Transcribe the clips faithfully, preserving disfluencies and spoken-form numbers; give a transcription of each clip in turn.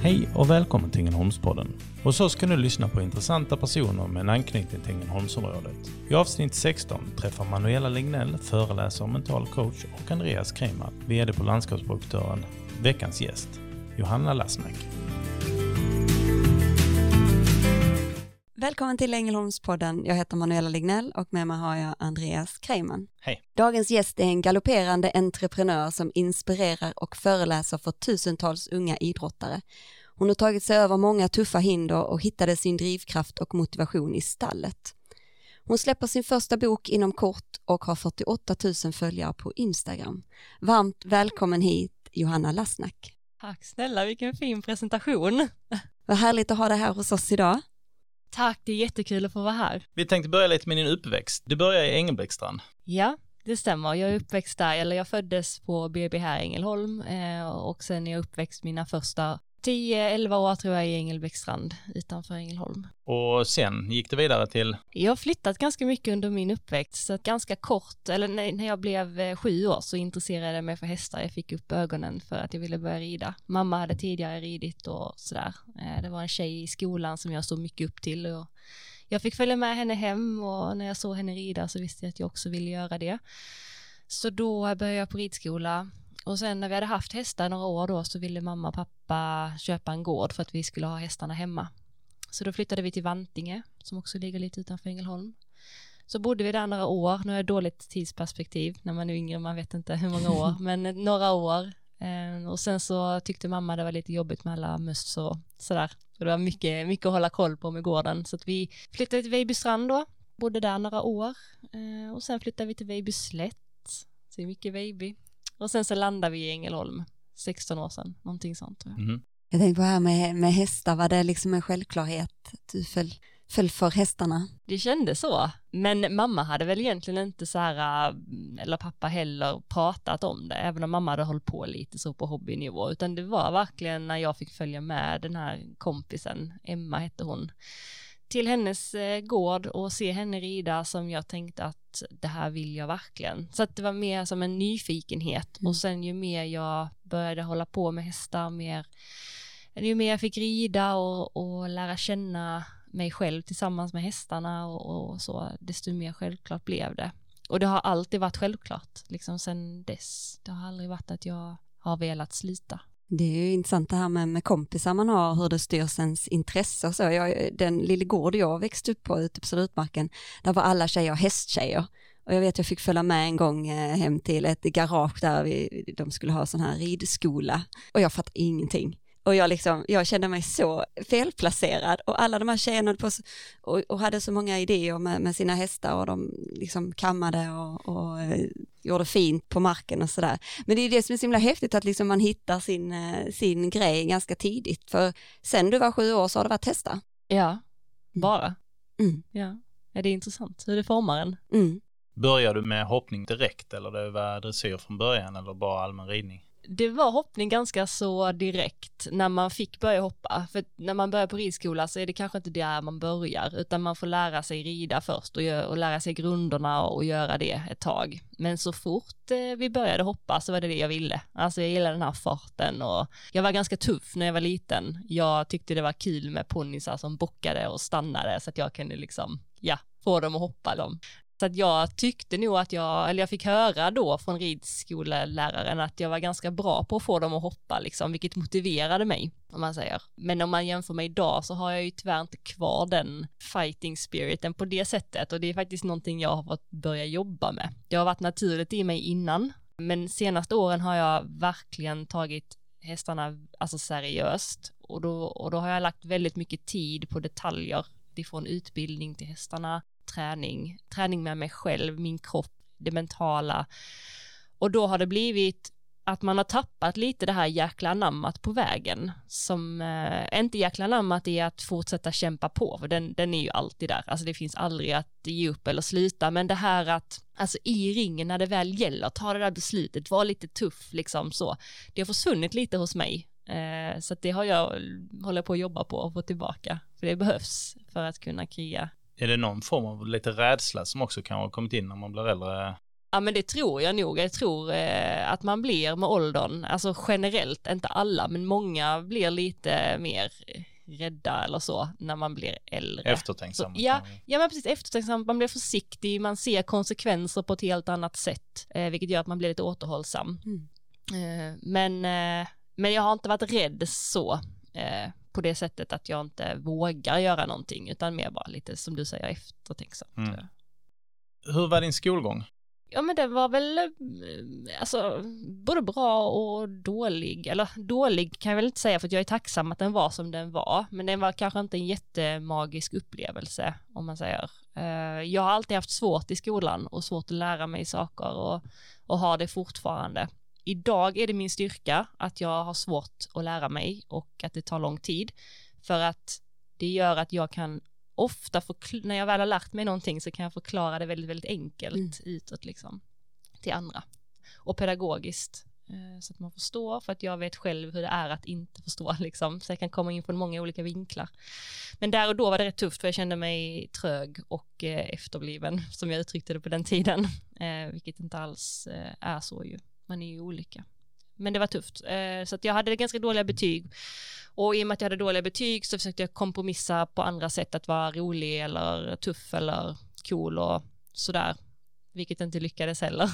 Hej och välkommen till Ängelholmspodden. Och så ska du lyssna på intressanta personer med en anknytning till Ängelholmsområdet. I avsnitt sexton träffar Manuela Lignell, föreläsare och mental coach, och Andreas Kreiman, vd på Landskapsproduktören, veckans gäst, Johanna Lassnack. Välkommen till Ängelholmspodden. Jag heter Manuela Lignell och med mig har jag Andreas Kreiman. Hej. Dagens gäst är en galopperande entreprenör som inspirerar och föreläser för tusentals unga idrottare. Hon har tagit sig över många tuffa hinder och hittade sin drivkraft och motivation i stallet. Hon släpper sin första bok inom kort och har fyrtioåtta tusen följare på Instagram. Varmt välkommen hit, Johanna Lassnack. Tack snälla, vilken fin presentation. Vad härligt att ha dig här hos oss idag. Tack, det är jättekul att få vara här. Vi tänkte börja lite med din uppväxt. Du började i Engelbrektsstrand. Ja, det stämmer. Jag är uppväxt där, eller jag föddes på B B här i Ängelholm eh, och sen är jag uppväxt mina första tio elva år tror jag i Engelbrektsstrand utanför Ängelholm. Och sen gick du vidare till? Jag har flyttat ganska mycket under min uppväxt, så att ganska kort, eller när jag blev eh, sju år så intresserade jag mig för hästar. Jag fick upp ögonen för att jag ville börja rida. Mamma hade tidigare ridit och sådär. Eh, det var en tjej i skolan som jag såg mycket upp till och jag fick följa med henne hem, och när jag såg henne rida så visste jag att jag också ville göra det. Så då började jag på ridskola. Och sen när vi hade haft hästar några år då så ville mamma och pappa köpa en gård för att vi skulle ha hästarna hemma. Så då flyttade vi till Vantinge som också ligger lite utanför Ängelholm. Så bodde vi där några år. Nu är det dåligt tidsperspektiv när man är yngre, man vet inte hur många år. Men några år. Och sen så tyckte mamma det var lite jobbigt med alla möss och sådär. Så det var mycket, mycket att hålla koll på med gården. Så att vi flyttade till Vejbystrand då. Bodde där några år. Och sen flyttade vi till Vejbyslätt. Så det är mycket Vejby. Och sen så landade vi i Ängelholm, sexton år sedan, någonting sånt. Tror jag. Mm. Jag tänkte på här med, med hästar, var det liksom en självklarhet att du föll, föll för hästarna? Det kändes så, men mamma hade väl egentligen inte så här, eller pappa heller, pratat om det, även om mamma hade hållit på lite så på hobbynivå, utan det var verkligen när jag fick följa med den här kompisen, Emma hette hon, till hennes eh, gård och se henne rida som jag tänkte att det här vill jag verkligen. Så att det var mer som en nyfikenhet. Mm. Och sen ju mer jag började hålla på med hästar, mer, ju mer jag fick rida och, och lära känna mig själv tillsammans med hästarna och, och så, desto mer självklart blev det. Och det har alltid varit självklart, liksom sen dess. Det har aldrig varit att jag har velat sluta. Det är ju intressant det här med, med kompisar man har, hur det styrs ens intresse och så. Jag, den lilla gård jag växte upp på ute på Söderutmarken, där var alla tjejer hästtjejer. Och jag vet jag fick följa med en gång eh, hem till ett garage där vi, de skulle ha sån här ridskola. Och jag fattade ingenting. Och jag, liksom, jag kände mig så felplacerad. Och alla de här tjejerna på, och, och hade så många idéer med, med sina hästar. Och de liksom kammade och, och eh, gjorde fint på marken och sådär. Men det är det som är så himla häftigt, att liksom man hittar sin, eh, sin grej ganska tidigt. För sen du var sju år så har det varit hästar. Ja, bara. Mm. Ja. Ja, det är intressant hur det formar en. Mm. Började du med hoppning direkt, eller det var dressyr från början, eller bara allmän ridning? Det var hoppning ganska så direkt när man fick börja hoppa. För när man börjar på ridskola så är det kanske inte där man börjar, utan man får lära sig rida först och, gö- och lära sig grunderna och, och göra det ett tag. Men så fort eh, vi började hoppa så var det det jag ville. Alltså jag gillade den här farten och jag var ganska tuff när jag var liten. Jag tyckte det var kul med ponnisar som bockade och stannade så att jag kunde liksom, ja, få dem att hoppa dem. Så att jag tyckte nog att jag, eller jag fick höra då från ridskoleläraren att jag var ganska bra på att få dem att hoppa liksom, vilket motiverade mig, om man säger. Men om man jämför mig idag så har jag ju tyvärr inte kvar den fighting spiriten på det sättet, och det är faktiskt någonting jag har fått börja jobba med. Det har varit naturligt i mig innan, men senaste åren har jag verkligen tagit hästarna alltså seriöst, och då, och då har jag lagt väldigt mycket tid på detaljer, ifrån utbildning till hästarna, träning, träning med mig själv, min kropp, det mentala. Och då har det blivit att man har tappat lite det här jäkla namnet på vägen. Som eh, inte jäkla namnet är att fortsätta kämpa på, för den, den är ju alltid där. Alltså det finns aldrig att ge upp eller sluta, men det här att alltså i ringen när det väl gäller, ta det där beslutet, var lite tuff liksom så. Det har försvunnit lite hos mig. Eh, så att det har jag håller på att jobba på att få tillbaka, för det behövs för att kunna kriga. Är det någon form av lite rädsla som också kan ha kommit in när man blir äldre? Ja, men det tror jag nog. Jag tror eh, att man blir med åldern, alltså generellt, inte alla, men många blir lite mer rädda eller så när man blir äldre. Eftertänksam. Så, ja, ja, men precis. Eftertänksam. Man blir försiktig, man ser konsekvenser på ett helt annat sätt, eh, vilket gör att man blir lite återhållsam. Mm. Eh, men, eh, men jag har inte varit rädd så eh, på det sättet att jag inte vågar göra någonting, utan mer bara lite, som du säger, eftertänksamt. Mm. Hur var din skolgång? Ja, men det var väl alltså, både bra och dålig. Eller dålig kan jag väl inte säga, för att jag är tacksam att den var som den var. Men den var kanske inte en jättemagisk upplevelse, om man säger. Jag har alltid haft svårt i skolan och svårt att lära mig saker och, och har det fortfarande. Idag är det min styrka att jag har svårt att lära mig och att det tar lång tid. För att det gör att jag kan ofta, förkl- när jag väl har lärt mig någonting, så kan jag förklara det väldigt, väldigt enkelt mm. utåt liksom, till andra. Och pedagogiskt, eh, så att man förstår, för att jag vet själv hur det är att inte förstå liksom, så jag kan komma in från många olika vinklar. Men där och då var det rätt tufft, för jag kände mig trög och eh, efterbliven, som jag uttryckte det på den tiden, eh, vilket inte alls eh, är så ju. Man är ju olika. Men det var tufft. Eh, så att jag hade ganska dåliga betyg. Och i och med att jag hade dåliga betyg så försökte jag kompromissa på andra sätt, att vara rolig eller tuff eller cool och sådär. Vilket inte lyckades heller.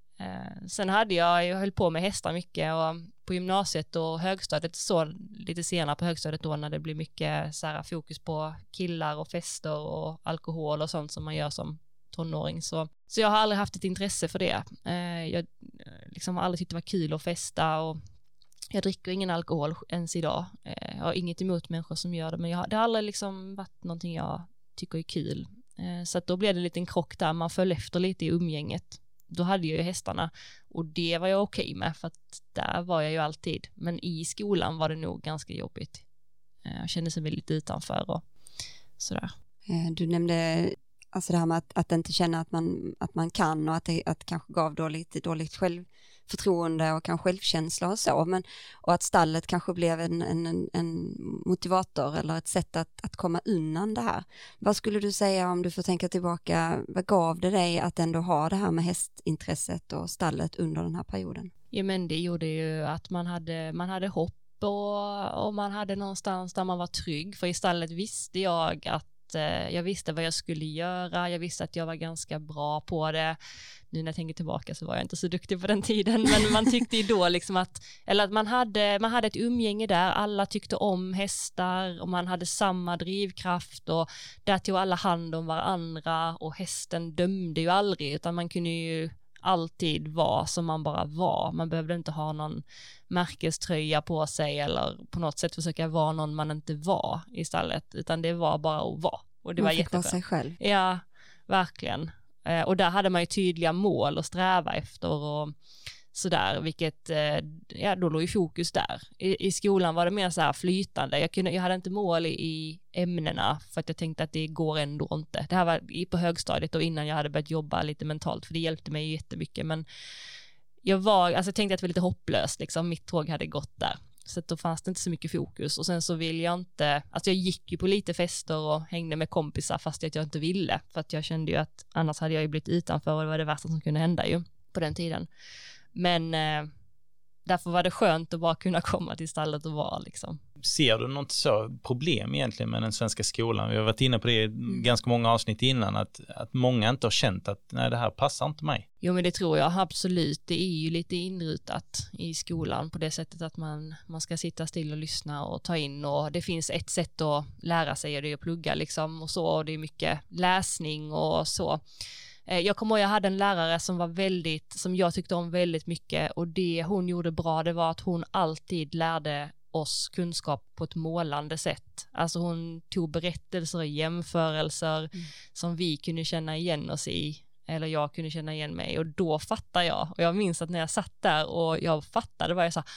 eh, sen hade jag, jag höll på med hästar mycket, och på gymnasiet och högstadiet, så lite senare på högstadiet då, när det blir mycket så här, fokus på killar och fester och alkohol och sånt som man gör som tonåring. Så, så jag har aldrig haft ett intresse för det. Eh, jag liksom har aldrig tyckt det var kul att festa, och jag dricker ingen alkohol ens idag. Eh, jag har inget emot människor som gör det, men jag har, det har aldrig liksom varit någonting jag tycker är kul. Eh, så att då blev det en liten krock där, man föll efter lite i umgänget. Då hade jag ju hästarna, och det var jag okej med, för att där var jag ju alltid. Men i skolan var det nog ganska jobbigt. Eh, jag kände sig väldigt utanför och sådär. Du nämnde alltså det här med att, att inte känna att man, att man kan, och att det att kanske gav dåligt, dåligt självförtroende och kanske självkänsla och så. Men, och att stallet kanske blev en, en, en motivator eller ett sätt att, att komma undan det här. Vad skulle du säga, om du får tänka tillbaka, vad gav det dig att ändå ha det här med hästintresset och stallet under den här perioden? Ja, men det gjorde ju att man hade, man hade hopp och, och man hade någonstans där man var trygg. För i stallet visste jag att jag visste vad jag skulle göra, jag visste att jag var ganska bra på det. Nu när jag tänker tillbaka så var jag inte så duktig på den tiden, men man tyckte ju då liksom att, eller att man hade, man hade ett umgänge där, alla tyckte om hästar och man hade samma drivkraft, och där tog alla hand om varandra, och hästen dömde ju aldrig, utan man kunde ju alltid vara som man bara var. Man behövde inte ha någon märkeströja på sig eller på något sätt försöka vara någon man inte var istället, utan det var bara att vara. Och det man var fick jättebra. Vara sig själv. Ja, verkligen. Eh, och där hade man ju tydliga mål att sträva efter och sådär, vilket, eh, ja, då låg ju fokus där. I, I skolan var det mer så här flytande. Jag, kunde, jag hade inte mål i, i ämnena, för att jag tänkte att det går ändå inte. Det här var på högstadiet och innan jag hade börjat jobba lite mentalt, för det hjälpte mig ju jättemycket. Men jag, var, alltså jag tänkte att det var lite hopplöst, liksom. Mitt tåg hade gått där. Så då fanns det inte så mycket fokus. Och sen så vill jag inte, alltså jag gick ju på lite fester och hängde med kompisar fast att jag inte ville. För att jag kände ju att annars hade jag ju blivit utanför, och det var det värsta som kunde hända ju på den tiden. Men eh, därför var det skönt att bara kunna komma till stallet och vara liksom. Ser du något så problem egentligen med den svenska skolan? Vi har varit inne på det i mm. ganska många avsnitt innan, att, att många inte har känt att nej, det här passar inte mig. Jo, men det tror jag absolut. Det är ju lite inrutat i skolan på det sättet att man, man ska sitta still och lyssna och ta in, och det finns ett sätt att lära sig, och det är att plugga liksom och så, och det är mycket läsning och så. Jag kommer ihåg, jag hade en lärare som var väldigt, som jag tyckte om väldigt mycket, och det hon gjorde bra, det var att hon alltid lärde oss kunskap på ett målande sätt. Alltså hon tog berättelser och jämförelser mm. som vi kunde känna igen oss i, eller jag kunde känna igen mig, och då fattade jag. Och jag minns att när jag satt där och jag fattade, var jag så här,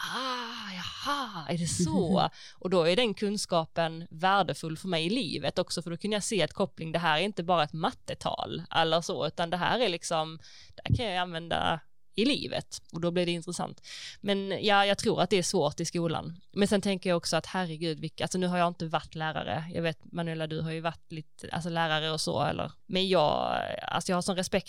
ah, jaha, är det så? Och då är den kunskapen värdefull för mig i livet också, för då kunde jag se att koppling, det här är inte bara ett mattetal eller så, utan det här är liksom, det här kan jag använda i livet, och då blir det intressant. Men ja, jag tror att det är svårt i skolan. Men sen tänker jag också att herregud, vilka, alltså nu har jag inte varit lärare. Jag vet, Manuela, du har ju varit lite, alltså lärare och så, eller. Men jag, alltså jag har sån respekt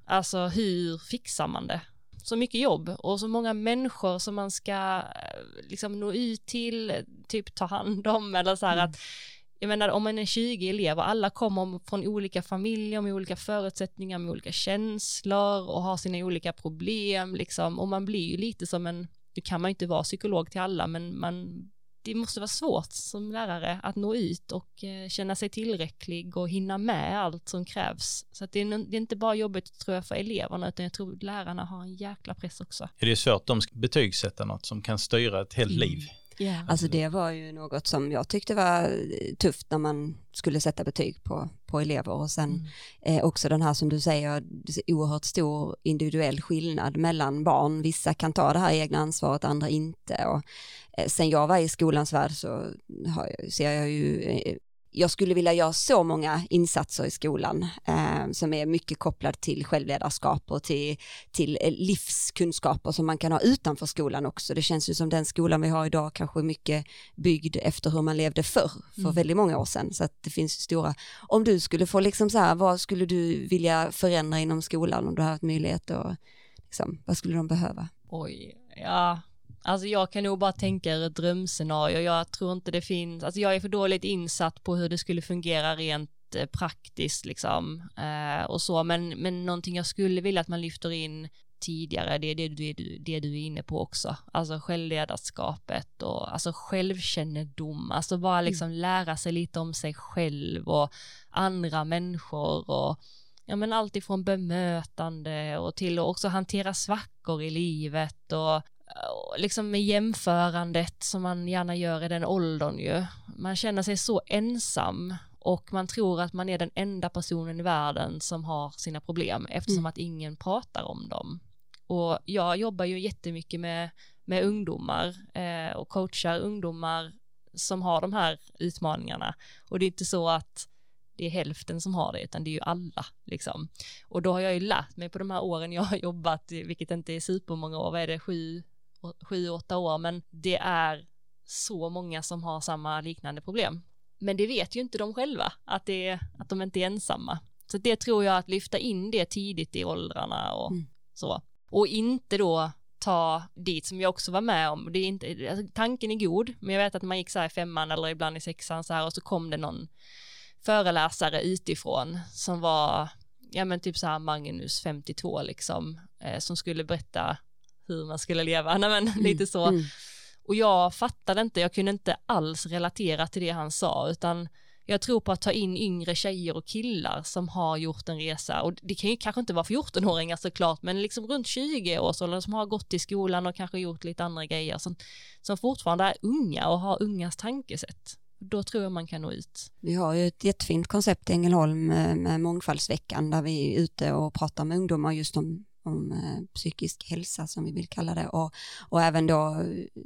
Alltså hur fixar man det? Så mycket jobb och så många människor som man ska liksom nå ut till, typ ta hand om eller så här mm. att jag menar om man är tjugo elever, alla kommer från olika familjer med olika förutsättningar, med olika känslor och har sina olika problem liksom, och man blir ju lite som en, nu kan man ju inte vara psykolog till alla, men man, det måste vara svårt som lärare att nå ut och eh, känna sig tillräcklig och hinna med allt som krävs. Så att det, är, det är inte bara jobbigt tror jag för eleverna, utan jag tror lärarna har en jäkla press också. Är det svårt att de ska betygsätta något som kan styra ett helt liv? Yeah. Alltså det var ju något som jag tyckte var tufft när man skulle sätta betyg på, på elever och sen mm. eh, också den här som du säger oerhört stor individuell skillnad mellan barn. Vissa kan ta det här egna ansvaret, andra inte. Och, eh, sen jag var i skolans värld så har, ser jag ju eh, jag skulle vilja göra så många insatser i skolan eh, som är mycket kopplad till självledarskap och till, till livskunskaper som man kan ha utanför skolan också. Det känns ju som den skolan vi har idag kanske är mycket byggd efter hur man levde förr, för mm. väldigt många år sedan. Så att det finns stora... Om du skulle få liksom så här, vad skulle du vilja förändra inom skolan om du har haft möjlighet och liksom, vad skulle de behöva? Oj, ja... Alltså jag kan nog bara tänka er ett drömscenario. Jag tror inte det finns, alltså jag är för dåligt insatt på hur det skulle fungera rent eh, praktiskt liksom eh, och så, men, men någonting jag skulle vilja att man lyfter in tidigare, det är det, det, det, det du är inne på också. Alltså självledarskapet och alltså självkännedom, alltså bara liksom mm. lära sig lite om sig själv och andra människor och ja men allt ifrån bemötande och till att också hantera svackor i livet och liksom med jämförandet som man gärna gör i den åldern ju. Man känner sig så ensam och man tror att man är den enda personen i världen som har sina problem eftersom mm. att ingen pratar om dem. Och jag jobbar ju jättemycket med, med ungdomar eh, och coachar ungdomar som har de här utmaningarna. Och det är inte så att det är hälften som har det, utan det är ju alla liksom. Och då har jag ju lärt mig på de här åren jag har jobbat, vilket inte är supermånga år, vad är det, sju sju, åtta år, men det är så många som har samma liknande problem. Men det vet ju inte de själva, att, det är, att de inte är ensamma. Så det tror jag att lyfta in det tidigt i åldrarna och mm. så. Och inte då ta dit som jag också var med om. Det är inte, alltså, tanken är god, men jag vet att man gick så här i femman eller ibland i sexan så här, och så kom det någon föreläsare utifrån som var, ja men typ så här Magnus femtiotvå liksom, eh, som skulle berätta hur man skulle leva, nej men mm. lite så. Mm. Och jag fattade inte, jag kunde inte alls relatera till det han sa, utan jag tror på att ta in yngre tjejer och killar som har gjort en resa, och det kan ju kanske inte vara för fjorton-åringar såklart, men liksom runt tjugo år så, som har gått till skolan och kanske gjort lite andra grejer, som, som fortfarande är unga och har ungas tankesätt. Då tror jag man kan nå ut. Vi har ju ett jättefint koncept i Ängelholm med, med mångfaldsveckan där vi är ute och pratar med ungdomar just om om eh, psykisk hälsa som vi vill kalla det, och, och även då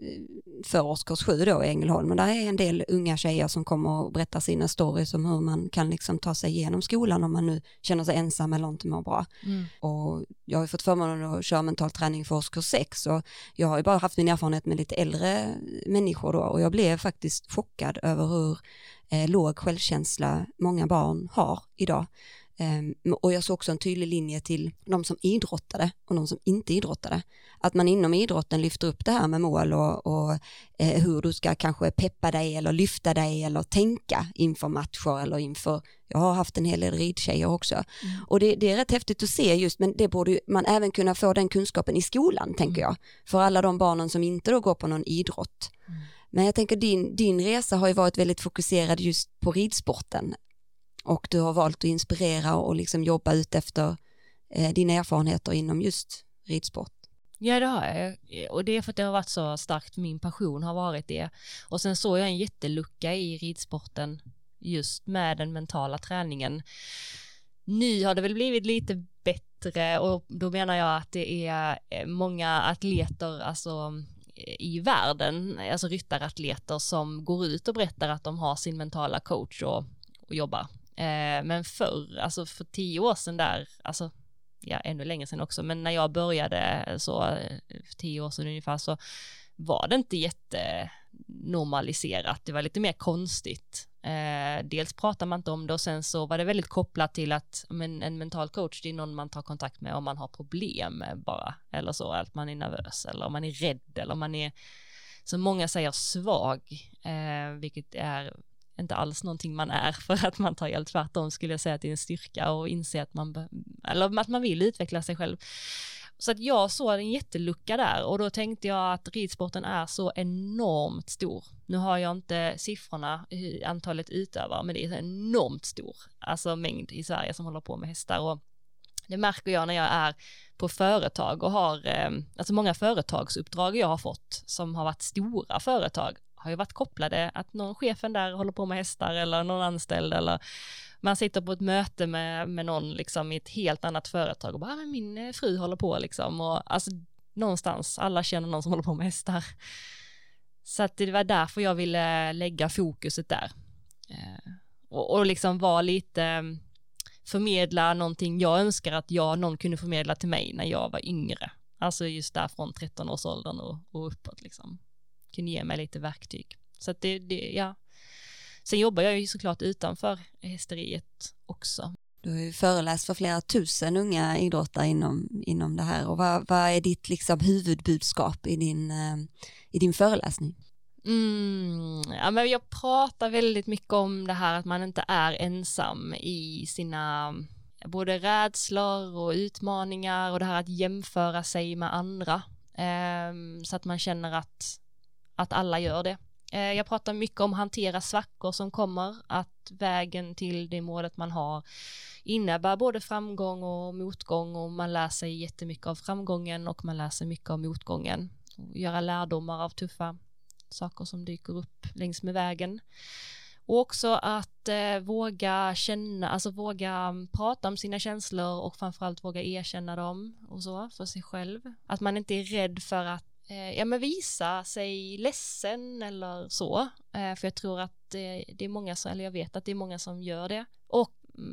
för årskurs sju då i Ängelholm, och där är en del unga tjejer som kommer och berättar sina stories om hur man kan liksom ta sig igenom skolan om man nu känner sig ensam eller inte mår bra. Mm. Och jag har ju fått förmånen att köra mental träning för årskurs sex, och jag har ju bara haft min erfarenhet med lite äldre människor då, och jag blev faktiskt chockad över hur eh, låg självkänsla många barn har idag. Um, och jag såg också en tydlig linje till de som idrottade och de som inte idrottade. Att man inom idrotten lyfter upp det här med mål och, och eh, hur du ska kanske peppa dig eller lyfta dig eller tänka inför matcher eller inför, jag har haft en hel del ridtjejer också. Mm. Och det, det är rätt häftigt att se just, men det borde man även kunna få den kunskapen i skolan, tänker mm. jag. För alla de barnen som inte då går på någon idrott. Mm. Men jag tänker din, din resa har ju varit väldigt fokuserad just på ridsporten. Och du har valt att inspirera och liksom jobba ut efter eh, dina erfarenheter inom just ridsport. Ja, det har jag. Och det är för att det har varit så starkt, min passion har varit det. Och sen såg jag en jättelucka i ridsporten just med den mentala träningen. Nu har det väl blivit lite bättre, och då menar jag att det är många atleter alltså i världen, alltså ryttaratleter som går ut och berättar att de har sin mentala coach och, och jobbar. Men förr, alltså för tio år sedan där, alltså ja, ännu längre sedan också, men när jag började så för tio år sedan ungefär, så var det inte jättenormaliserat. Det var lite mer konstigt Eh, dels pratar man inte om det och sen så var det väldigt kopplat till att men, en mental coach, det är någon man tar kontakt med om man har problem bara, eller så, att man är nervös eller om man är rädd eller om man är, som många säger, svag, eh, vilket är inte alls någonting man är, för att man tar hjälp. Tvärtom skulle jag säga att det är en styrka och inse att man, be- eller att man vill utveckla sig själv. Så att jag såg en jättelucka där och då tänkte jag att ridsporten är så enormt stor. Nu har jag inte siffrorna, antalet utövare, men det är enormt stor alltså mängd i Sverige som håller på med hästar, och det märker jag när jag är på företag och har, alltså många företagsuppdrag jag har fått som har varit stora företag har ju varit kopplade att någon chefen där håller på med hästar eller någon anställd, eller man sitter på ett möte med, med någon liksom i ett helt annat företag och bara, men min fru håller på liksom, och alltså någonstans, alla känner någon som håller på med hästar. Så att det var därför jag ville lägga fokuset där. Eh, och, och liksom vara lite, förmedla någonting jag önskar att jag, någon kunde förmedla till mig när jag var yngre. Alltså just där från tretton-årsåldern och, och uppåt liksom. Kunde ge mig lite verktyg. Så att det, det, ja. Sen jobbar jag ju såklart utanför hästeriet också. Du har ju föreläst för flera tusen unga idrottare inom, inom det här. Och vad, vad är ditt liksom huvudbudskap i din, i din föreläsning? Mm, ja, men jag pratar väldigt mycket om det här att man inte är ensam i sina både rädslor och utmaningar, och det här att jämföra sig med andra. Eh, så att man känner att, att alla gör det. Jag pratar mycket om att hantera svackor som kommer, att vägen till det målet man har innebär både framgång och motgång, och man lär sig jättemycket av framgången och man lär sig mycket av motgången. Göra lärdomar av tuffa saker som dyker upp längs med vägen. Och också att eh, våga känna, alltså våga prata om sina känslor och framförallt våga erkänna dem och så för sig själv. Att man inte är rädd för att ja, men visa sig ledsen eller så, för jag tror att det, det är många som, eller jag vet att det är många som gör det, och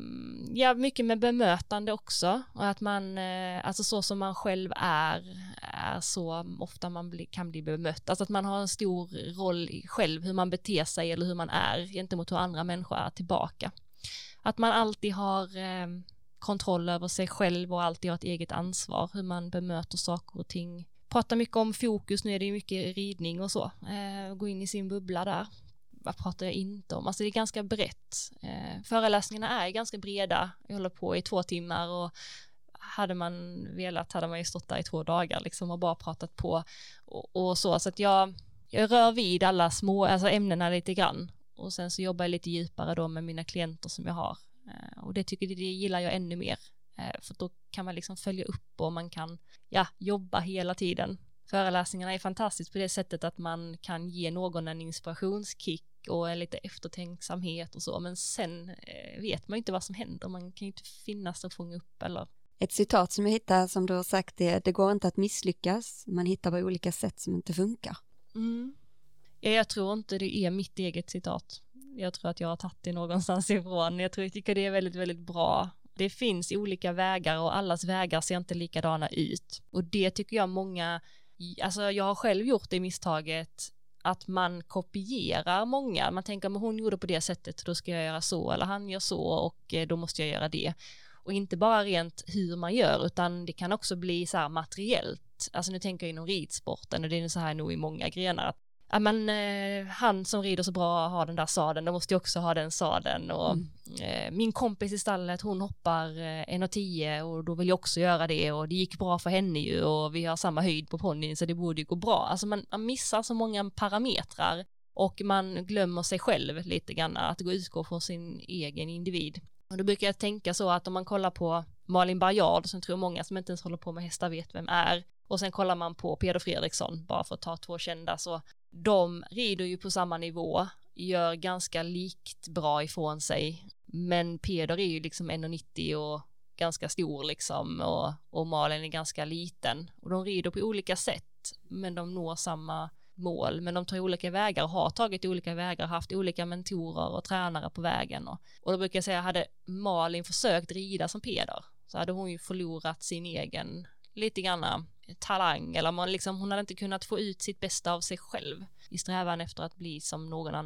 ja, mycket med bemötande också, och att man, alltså så som man själv är, är så ofta man bli, kan bli bemött, alltså att man har en stor roll i själv, hur man beter sig eller hur man är gentemot hur andra människor är tillbaka, att man alltid har eh, kontroll över sig själv och alltid har ett eget ansvar hur man bemöter saker och ting. Pratar mycket om fokus, nu är det ju mycket ridning och så. Eh, gå in i sin bubbla där. Vad pratar jag inte om? Alltså det är ganska brett. Eh, föreläsningarna är ganska breda. Jag håller på i två timmar och hade man velat hade man ju stått där i två dagar liksom och bara pratat på och, och så. Så att jag, jag rör vid alla små alltså ämnena lite grann. Och sen så jobbar jag lite djupare då med mina klienter som jag har. Eh, och det tycker det, det gillar jag ännu mer. För då kan man liksom följa upp och man kan ja, jobba hela tiden. Föreläsningarna är fantastiskt på det sättet att man kan ge någon en inspirationskick och en lite eftertänksamhet och så. Men sen eh, vet man ju inte vad som händer. Man kan ju inte finnas och fånga upp. Eller... Ett citat som jag hittar som du har sagt är: det går inte att misslyckas. Man hittar bara olika sätt som inte funkar. Mm. Ja, jag tror inte det är mitt eget citat. Jag tror att jag har tagit det någonstans ifrån. Jag tror jag tycker det är väldigt, väldigt bra. Det finns olika vägar och allas vägar ser inte likadana ut. Och det tycker jag många, alltså jag har själv gjort det misstaget att man kopierar många. Man tänker att hon gjorde på det sättet, då ska jag göra så. Eller han gör så och då måste jag göra det. Och inte bara rent hur man gör, utan det kan också bli så här materiellt. Alltså nu tänker jag inom ridsporten, och det är så här nog i många grenar. Ja, men eh, han som rider så bra har den där sadeln, då måste jag också ha den sadeln. Och mm. eh, min kompis i stallet, hon hoppar eh, en komma tio och då vill jag också göra det, och det gick bra för henne ju, och vi har samma höjd på ponnyn så det borde ju gå bra. Alltså man, man missar så många parametrar och man glömmer sig själv lite grann, att gå utgå från sin egen individ. Och då brukar jag tänka så att om man kollar på Malin Barjard, som tror många som inte ens håller på med hästar vet vem är, och sen kollar man på Peder Fredriksson, bara för att ta två kända, så de rider ju på samma nivå, gör ganska likt bra ifrån sig, men Peder är ju liksom en komma nittio och ganska stor liksom, och, och Malin är ganska liten, och de rider på olika sätt, men de når samma mål, men de tar olika vägar och har tagit olika vägar, haft olika mentorer och tränare på vägen, och, och då brukar jag säga, hade Malin försökt rida som Peder så hade hon ju förlorat sin egen lite grann talang, eller man liksom, hon hade inte kunnat få ut sitt bästa av sig själv i strävan efter att bli som någon annan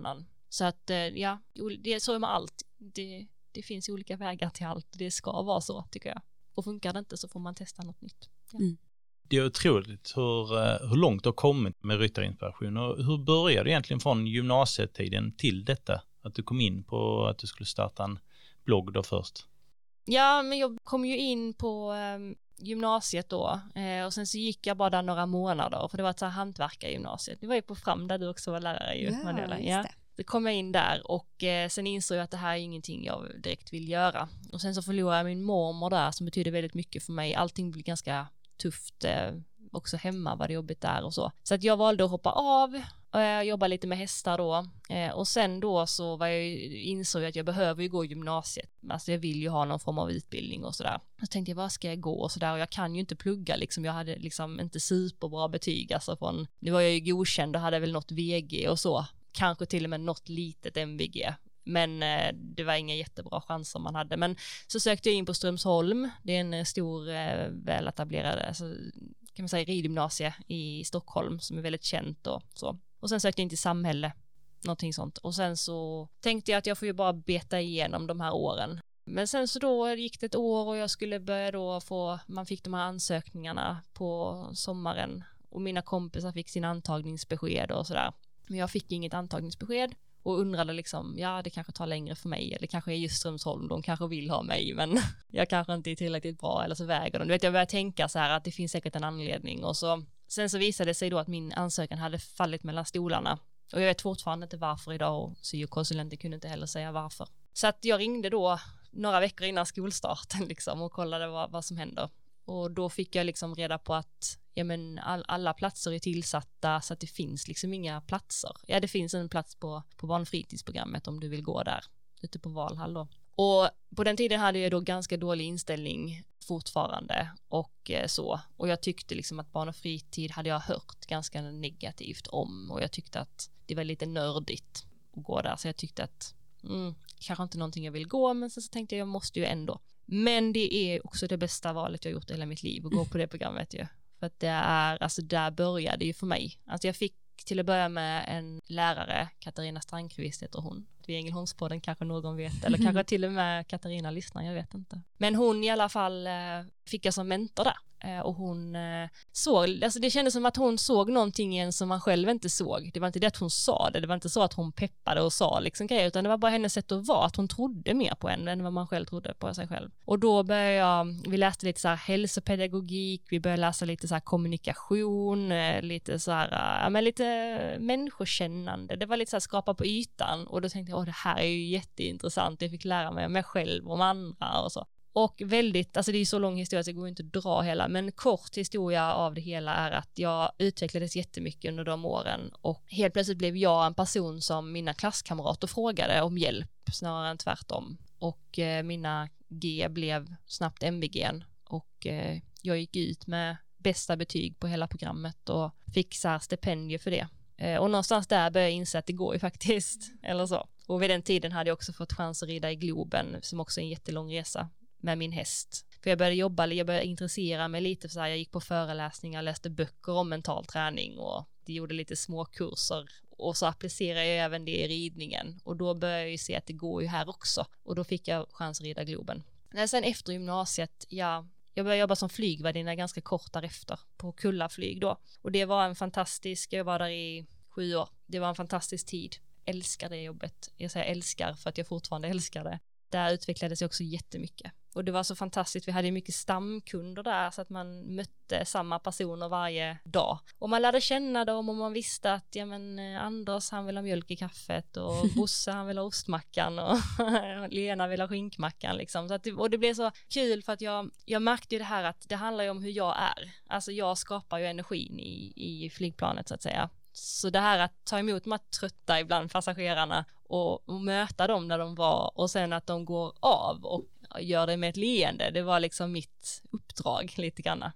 Så att ja, det är så med allt. Det, det finns olika vägar till allt. Det ska vara så, tycker jag. Och funkar det inte så får man testa något nytt. Ja. Mm. Det är otroligt hur, hur långt du har kommit med ryttarinspiration. Och hur började du egentligen från gymnasietiden till detta? Att du kom in på att du skulle starta en blogg då först? Ja, men jag kom ju in på um, gymnasiet då. Eh, och sen så gick jag bara där några månader. För det var ett så här hantverkargymnasiet. Det var ju på Fram där du också var lärare ju. Ja, Manuela. just Ja. det. Så kom jag in där och eh, sen insåg jag att det här är ingenting jag direkt vill göra. Och sen så förlorade jag min mormor där som betyder väldigt mycket för mig. Allting blev ganska tufft. Eh, också hemma var det jobbigt där och så. Så att jag valde att hoppa av och jag jobbade lite med hästar då. Eh, och sen då så var jag, insåg jag att jag behöver ju gå gymnasiet. Alltså jag vill ju ha någon form av utbildning och sådär. Så tänkte jag, vad ska jag gå och sådär. Och jag kan ju inte plugga liksom. Jag hade liksom inte superbra betyg. Alltså från, nu var jag ju godkänd och hade väl något V G och så. Kanske till och med något litet M V G. Men eh, det var inga jättebra chanser man hade. Men så sökte jag in på Strömsholm. Det är en stor, eh, väletablerad, alltså, kan man säga, ridgymnasie i Stockholm som är väldigt känt och så. Och sen sökte jag in till samhälle, någonting sånt. Och sen så tänkte jag att jag får ju bara beta igenom de här åren. Men sen så då gick det ett år och jag skulle börja då få, man fick de här ansökningarna på sommaren. Och mina kompisar fick sin antagningsbesked och sådär. Men jag fick inget antagningsbesked och undrade liksom, ja det kanske tar längre för mig eller kanske är just Strömsholm, de kanske vill ha mig men jag kanske inte är tillräckligt bra eller så väger de. Du vet, jag började tänka så här att det finns säkert en anledning och så sen så visade det sig då att min ansökan hade fallit mellan stolarna och jag vet fortfarande inte varför idag och syokonsulenten kunde inte heller säga varför. Så att jag ringde då några veckor innan skolstarten liksom och kollade vad, vad som händer. Och då fick jag liksom reda på att ja, men all, alla platser är tillsatta så att det finns liksom inga platser. Ja, det finns en plats på, på barnfritidsprogrammet om du vill gå där, ute på Valhall då. Och på den tiden hade jag då ganska dålig inställning fortfarande och eh, så. Och jag tyckte liksom att barn och fritid hade jag hört ganska negativt om. Och jag tyckte att det var lite nördigt att gå där. Så jag tyckte att mm, kanske inte någonting jag vill gå, men sen så tänkte jag jag måste ju ändå. Men det är också det bästa valet jag gjort i hela mitt liv att gå på det programmet ju. För att det är, alltså där började ju för mig. Alltså jag fick till att börja med en lärare, Katarina Strandqvist heter hon. Vid Ängelholmspodden kanske någon vet, eller kanske till och med Katarina lyssnar, jag vet inte. Men hon i alla fall fick jag som mentor där. Och hon såg, alltså det kändes som att hon såg någonting i en som man själv inte såg. Det var inte det att hon sa det, det var inte så att hon peppade och sa liksom grejer, utan det var bara hennes sätt att vara, att hon trodde mer på en än vad man själv trodde på sig själv. Och då började jag, vi läste lite så här hälsopedagogik, vi började läsa lite så här kommunikation, lite så här, ja men lite människokännande. Det var lite så här skrapa på ytan och då tänkte jag, åh det här är ju jätteintressant, jag fick lära mig om mig själv och om andra och så. Och väldigt, alltså det är ju så lång historia så det går inte att dra hela, men kort historia av det hela är att jag utvecklades jättemycket under de åren och helt plötsligt blev jag en person som mina klasskamrater frågade om hjälp snarare än tvärtom. Och eh, mina G blev snabbt M V G och eh, jag gick ut med bästa betyg på hela programmet och fick så här stipendier för det. Eh, och någonstans där började jag inse att det går ju faktiskt, eller så. Och vid den tiden hade jag också fått chans att rida i Globen som också är en jättelång resa med min häst. För jag började jobba, jag började intressera mig lite för så här, jag gick på föreläsningar, läste böcker om mental träning och det gjorde lite små kurser och så applicerade jag även det i ridningen och då började jag ju se att det går ju här också och då fick jag chans att rida Globen. När sen efter gymnasiet, ja, jag började jobba som flygvärdinna ganska kort därefter på Kullaflyg då och det var en fantastisk, jag var där i sju år, det var en fantastisk tid. Älskar det jobbet, jag säger älskar för att jag fortfarande älskar det. Där utvecklades jag också jättemycket. Och det var så fantastiskt, vi hade mycket stamkunder där så att man mötte samma personer varje dag. Och man lärde känna dem och man visste att ja, men, Anders han vill ha mjölk i kaffet och Bosse han vill ha ostmackan och Lena vill ha skinkmackan. Liksom. Så att det, och det blev så kul för att jag, jag märkte ju det här att det handlar ju om hur jag är. Alltså jag skapar ju energin i, i flygplanet så att säga. Så det här att ta emot de här trötta ibland passagerarna och, och möta dem när de var och sen att de går av och gör det med ett leende, det var liksom mitt uppdrag lite grann.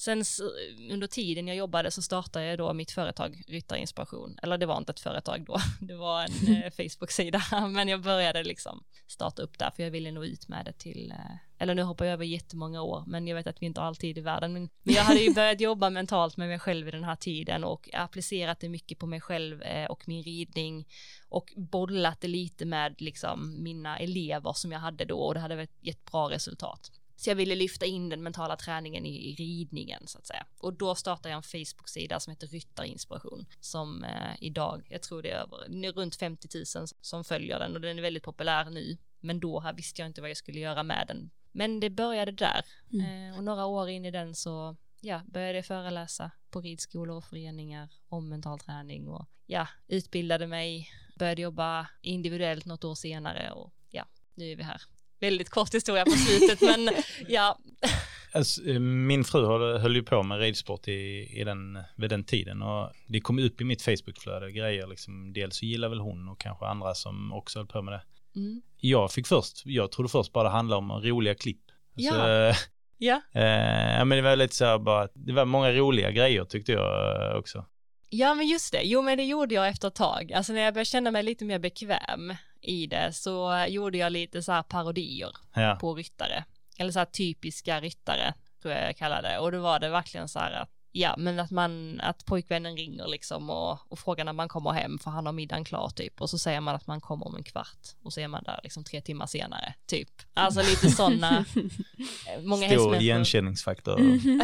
sen under tiden jag jobbade så startade jag då mitt företag Ryttarinspiration. Eller det var inte ett företag då, det var en eh, Facebook-sida. Men jag började liksom starta upp där för jag ville nå ut med det till, eh, eller nu hoppar jag över jättemånga år, men jag vet att vi inte alltid i världen. Men, men jag hade ju börjat jobba mentalt med mig själv i den här tiden och applicerat det mycket på mig själv eh, och min ridning och bollat det lite med liksom mina elever som jag hade då och det hade gett bra resultat. Så jag ville lyfta in den mentala träningen i, i ridningen så att säga. Och då startade jag en Facebook-sida som heter Ryttarinspiration. Som eh, idag, jag tror det är över, runt femtio tusen som följer den. Och den är väldigt populär nu. Men då här visste jag inte vad jag skulle göra med den. Men det började där. Mm. Eh, och några år in i den så ja, började jag föreläsa på ridskolor och föreningar om mental träning. Och ja, utbildade mig, började jobba individuellt något år senare. Och ja, nu är vi här. Väldigt kort historia på slutet, men ja. Alltså, min fru höll, höll ju på med ridsport i, i den, vid den tiden och det kom upp i mitt Facebook-flöde grejer. Liksom, dels så gillar väl hon och kanske andra som också höll på med det. Mm. Jag fick först, jag trodde först bara det handlade om roliga klipp. Ja. Så, ja. Eh, men det var lite så här bara, det var många roliga grejer tyckte jag också. Ja, men just det. Jo, men det gjorde jag efter ett tag. Alltså när jag började känna mig lite mer bekväm i det så gjorde jag lite så här parodier ja. på ryttare. Eller så här typiska ryttare, tror jag jag kallar det. Och då var det verkligen så här att, ja, men att man, att pojkvännen ringer liksom och, och frågar när man kommer hem för han har middagen klar typ. Och så säger man att man kommer om en kvart och så är man där liksom tre timmar senare typ. Alltså lite sådana. Många stor igenkänningsfaktor. Mm-hmm.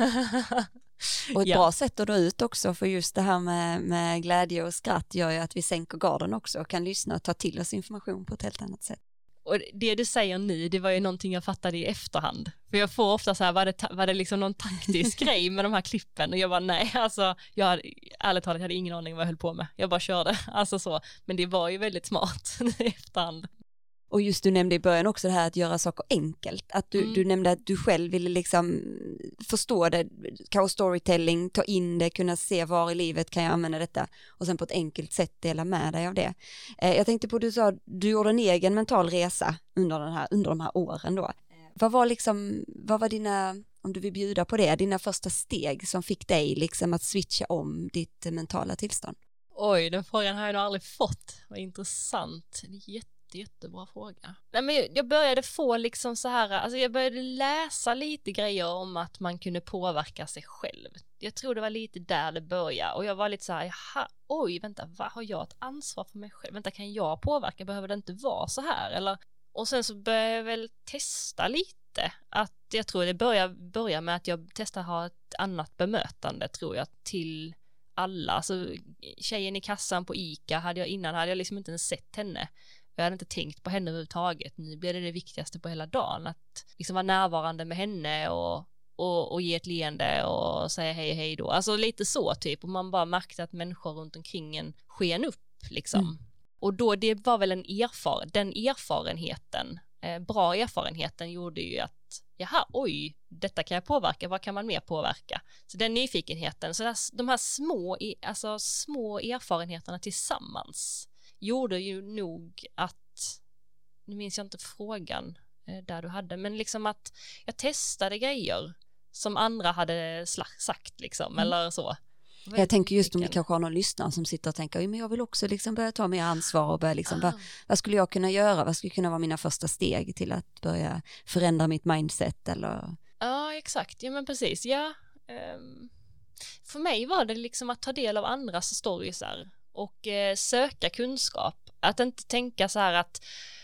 Och ett ja. bra sätt att nå ut också för just det här med, med glädje och skratt gör ju att vi sänker garden också och kan lyssna och ta till oss information på ett helt annat sätt. Och det du säger nu, det var ju någonting jag fattade i efterhand. För jag får ofta så här, var det, var det liksom någon taktisk grej med de här klippen? Och jag bara, nej, alltså, jag hade, ärligt talat, jag hade ingen aning vad jag höll på med. Jag bara körde, alltså så. Men det var ju väldigt smart i efterhand. Och just du nämnde i början också det här att göra saker enkelt. Att du, mm. du nämnde att du själv ville liksom förstå det, kanske storytelling, ta in det, kunna se var i livet kan jag använda detta och sen på ett enkelt sätt dela med dig av det. Eh, jag tänkte på, du sa du gjorde en egen mental resa under, den här, under de här åren då. Vad var liksom, vad var dina, om du vill bjuda på det, dina första steg som fick dig liksom att switcha om ditt mentala tillstånd? Oj, den frågan har jag nog aldrig fått. Vad intressant. Det är jätte Jättebra fråga. Nej, men jag började få liksom så här, alltså jag började läsa lite grejer om att man kunde påverka sig själv. Jag tror det var lite där det började och jag var lite så här, jaha, oj, vänta, vad har jag ett ansvar för mig själv? Vänta, kan jag påverka? Behöver det inte vara så här? Eller, och sen så började jag väl testa lite. Att jag tror det börjar börja med att jag testar att ha ett annat bemötande, tror jag, till alla. Alltså tjejen i kassan på ICA hade jag innan, hade jag liksom inte ens sett henne. Jag hade inte tänkt på henne överhuvudtaget. Nu blev det det viktigaste på hela dagen. Att liksom vara närvarande med henne och, och, och ge ett leende och säga hej hej då. Alltså lite så typ. Och man bara märkte att människor runt omkring en sken upp liksom. Mm. Och då det var väl en erfar den erfarenheten, eh, bra erfarenheten gjorde ju att jaha, oj, detta kan jag påverka. Vad kan man mer påverka? Så den nyfikenheten, så där, de här små, alltså små erfarenheterna tillsammans gjorde ju nog att, nu minns jag inte frågan eh, där du hade, men liksom att jag testade grejer som andra hade sla- sagt liksom, mm. eller så. Jag, jag tänker just om det kanske har någon lyssnare som sitter och tänker, men jag vill också liksom börja ta mer ansvar och börja liksom, ah. vad, vad skulle jag kunna göra? Vad skulle kunna vara mina första steg till att börja förändra mitt mindset? Eller? Ja, exakt. Ja, men precis. Ja, um, för mig var det liksom att ta del av andras storiesar och eh, söka kunskap. Att inte tänka så här att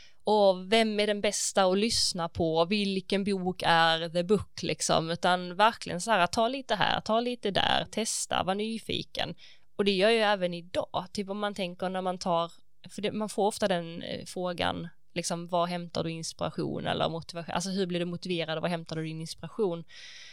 åh, vem är den bästa att lyssna på? Vilken bok är the book liksom? Utan verkligen så här, ta lite här, ta lite där, testa, var nyfiken. Och det gör jag ju även idag. Typ om man tänker när man tar, för det, man får ofta den eh, frågan, liksom, var hämtar du inspiration eller motivation? Alltså hur blir du motiverad och var hämtar du din inspiration?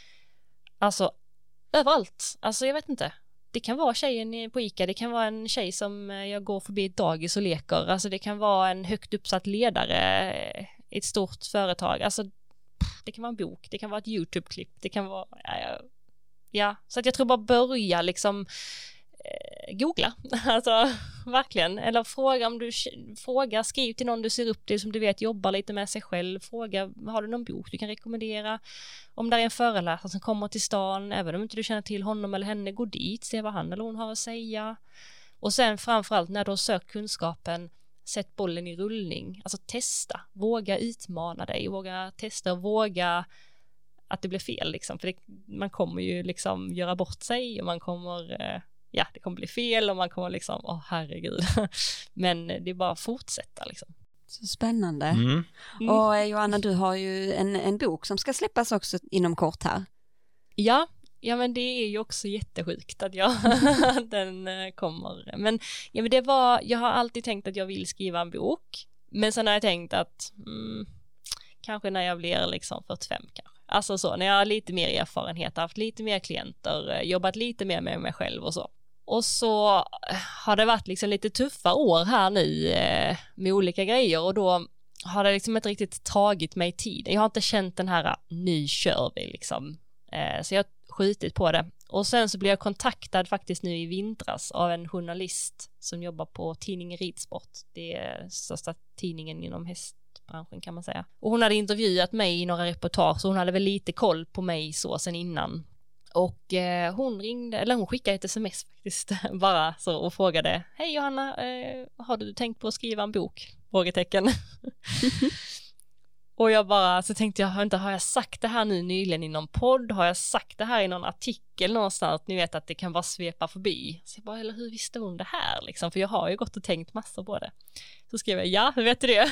Alltså överallt. Alltså jag vet inte. Det kan vara tjejen på ICA, det kan vara en tjej som jag går förbi ett dagis och leker. Alltså det kan vara en högt uppsatt ledare i ett stort företag. Alltså det kan vara en bok, det kan vara ett YouTube-klipp, det kan vara, ja, ja, ja. Så att jag tror bara börja liksom eh, googla. Alltså verkligen. Eller fråga om du fråga, skriv till någon du ser upp till som du vet jobbar lite med sig själv. Fråga, har du någon bok du kan rekommendera? Om det är en föreläsare som kommer till stan, även om inte du känner till honom eller henne, gå dit, se vad han eller hon har att säga. Och sen framförallt när du har sökt kunskapen, sätt bollen i rullning. Alltså testa, våga utmana dig, våga testa och våga att det blir fel liksom. För det, man kommer ju liksom göra bort sig och man kommer, eh, ja det kommer bli fel och man kommer liksom, åh herregud. Men det är bara att fortsätta liksom. Så spännande. Mm. Mm. Och eh, Johanna, du har ju en, en bok som ska släppas också inom kort här. Ja, ja men det är ju också jättesjukt att jag den eh, kommer. Men, ja, men det var, jag har alltid tänkt att jag vill skriva en bok. Men sen har jag tänkt att mm, kanske när jag blir liksom fyrtiofem kanske. Alltså så, när jag har lite mer erfarenhet, haft lite mer klienter, jobbat lite mer med mig själv och så. Och så har det varit liksom lite tuffa år här nu eh, med olika grejer och då har det liksom inte riktigt tagit mig tid. Jag har inte känt den här, nu kör vi liksom. Eh, så jag har skjutit på det. Och sen så blev jag kontaktad faktiskt nu i vintras av en journalist som jobbar på tidningen Ridsport. Det är största tidningen inom hästbranschen kan man säga. Och hon hade intervjuat mig i några reportage och hon hade väl lite koll på mig så sen innan. Och eh, hon ringde, eller hon skickade ett sms faktiskt bara så och frågade: hej Johanna, eh, har du tänkt på att skriva en bok? Frågetecken. Och jag bara, så tänkte jag, inte har jag sagt det här nu nyligen i någon podd? Har jag sagt det här i någon artikel någonstans? Ni vet att det kan bara svepa förbi. Så jag bara, eller hur visste hon det här liksom? För jag har ju gått och tänkt massor på det. Så skrev jag, ja, hur vet du det?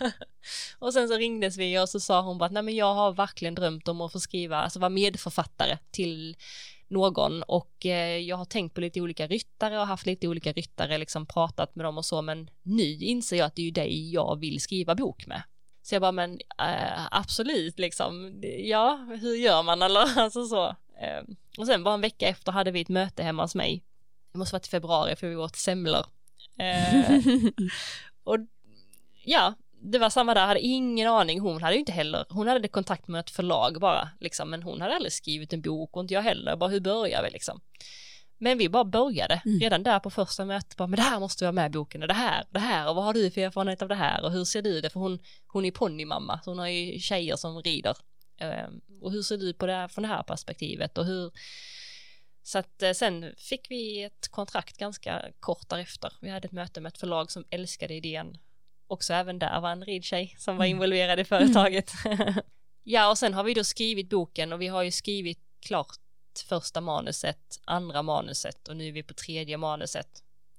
Och sen så ringdes vi och så sa hon bara, nej men jag har verkligen drömt om att få skriva, alltså vara medförfattare till någon. Och eh, jag har tänkt på lite olika ryttare och haft lite olika ryttare, liksom pratat med dem och så. Men nu inser jag att det är ju dig jag vill skriva bok med. Så jag bara, men äh, absolut liksom, ja, hur gör man eller alltså så. Eh, och sen bara en vecka efter hade vi ett möte hemma hos mig. Det måste varit i februari för vi åt semlor. Eh, och ja, det var samma där, hade ingen aning, hon hade ju inte heller, hon hade kontakt med ett förlag bara liksom, men hon hade aldrig skrivit en bok och inte jag heller, bara hur börjar vi liksom. Men vi bara började mm. redan där på första mötet. Bara, men det här måste vara med i boken. Och det här, det här. Och vad har du för erfarenhet av det här? Och hur ser du det? För hon, hon är ponnymamma. Så hon har ju tjejer som rider. Um, och hur ser du på det här, från det här perspektivet? Och hur... Så att uh, sen fick vi ett kontrakt ganska kort därefter. Vi hade ett möte med ett förlag som älskade idén. Också även där var en ridtjej som var involverad i företaget. Mm. Ja, och sen har vi då skrivit boken. Och vi har ju skrivit klart första manuset, andra manuset och nu är vi på tredje manuset.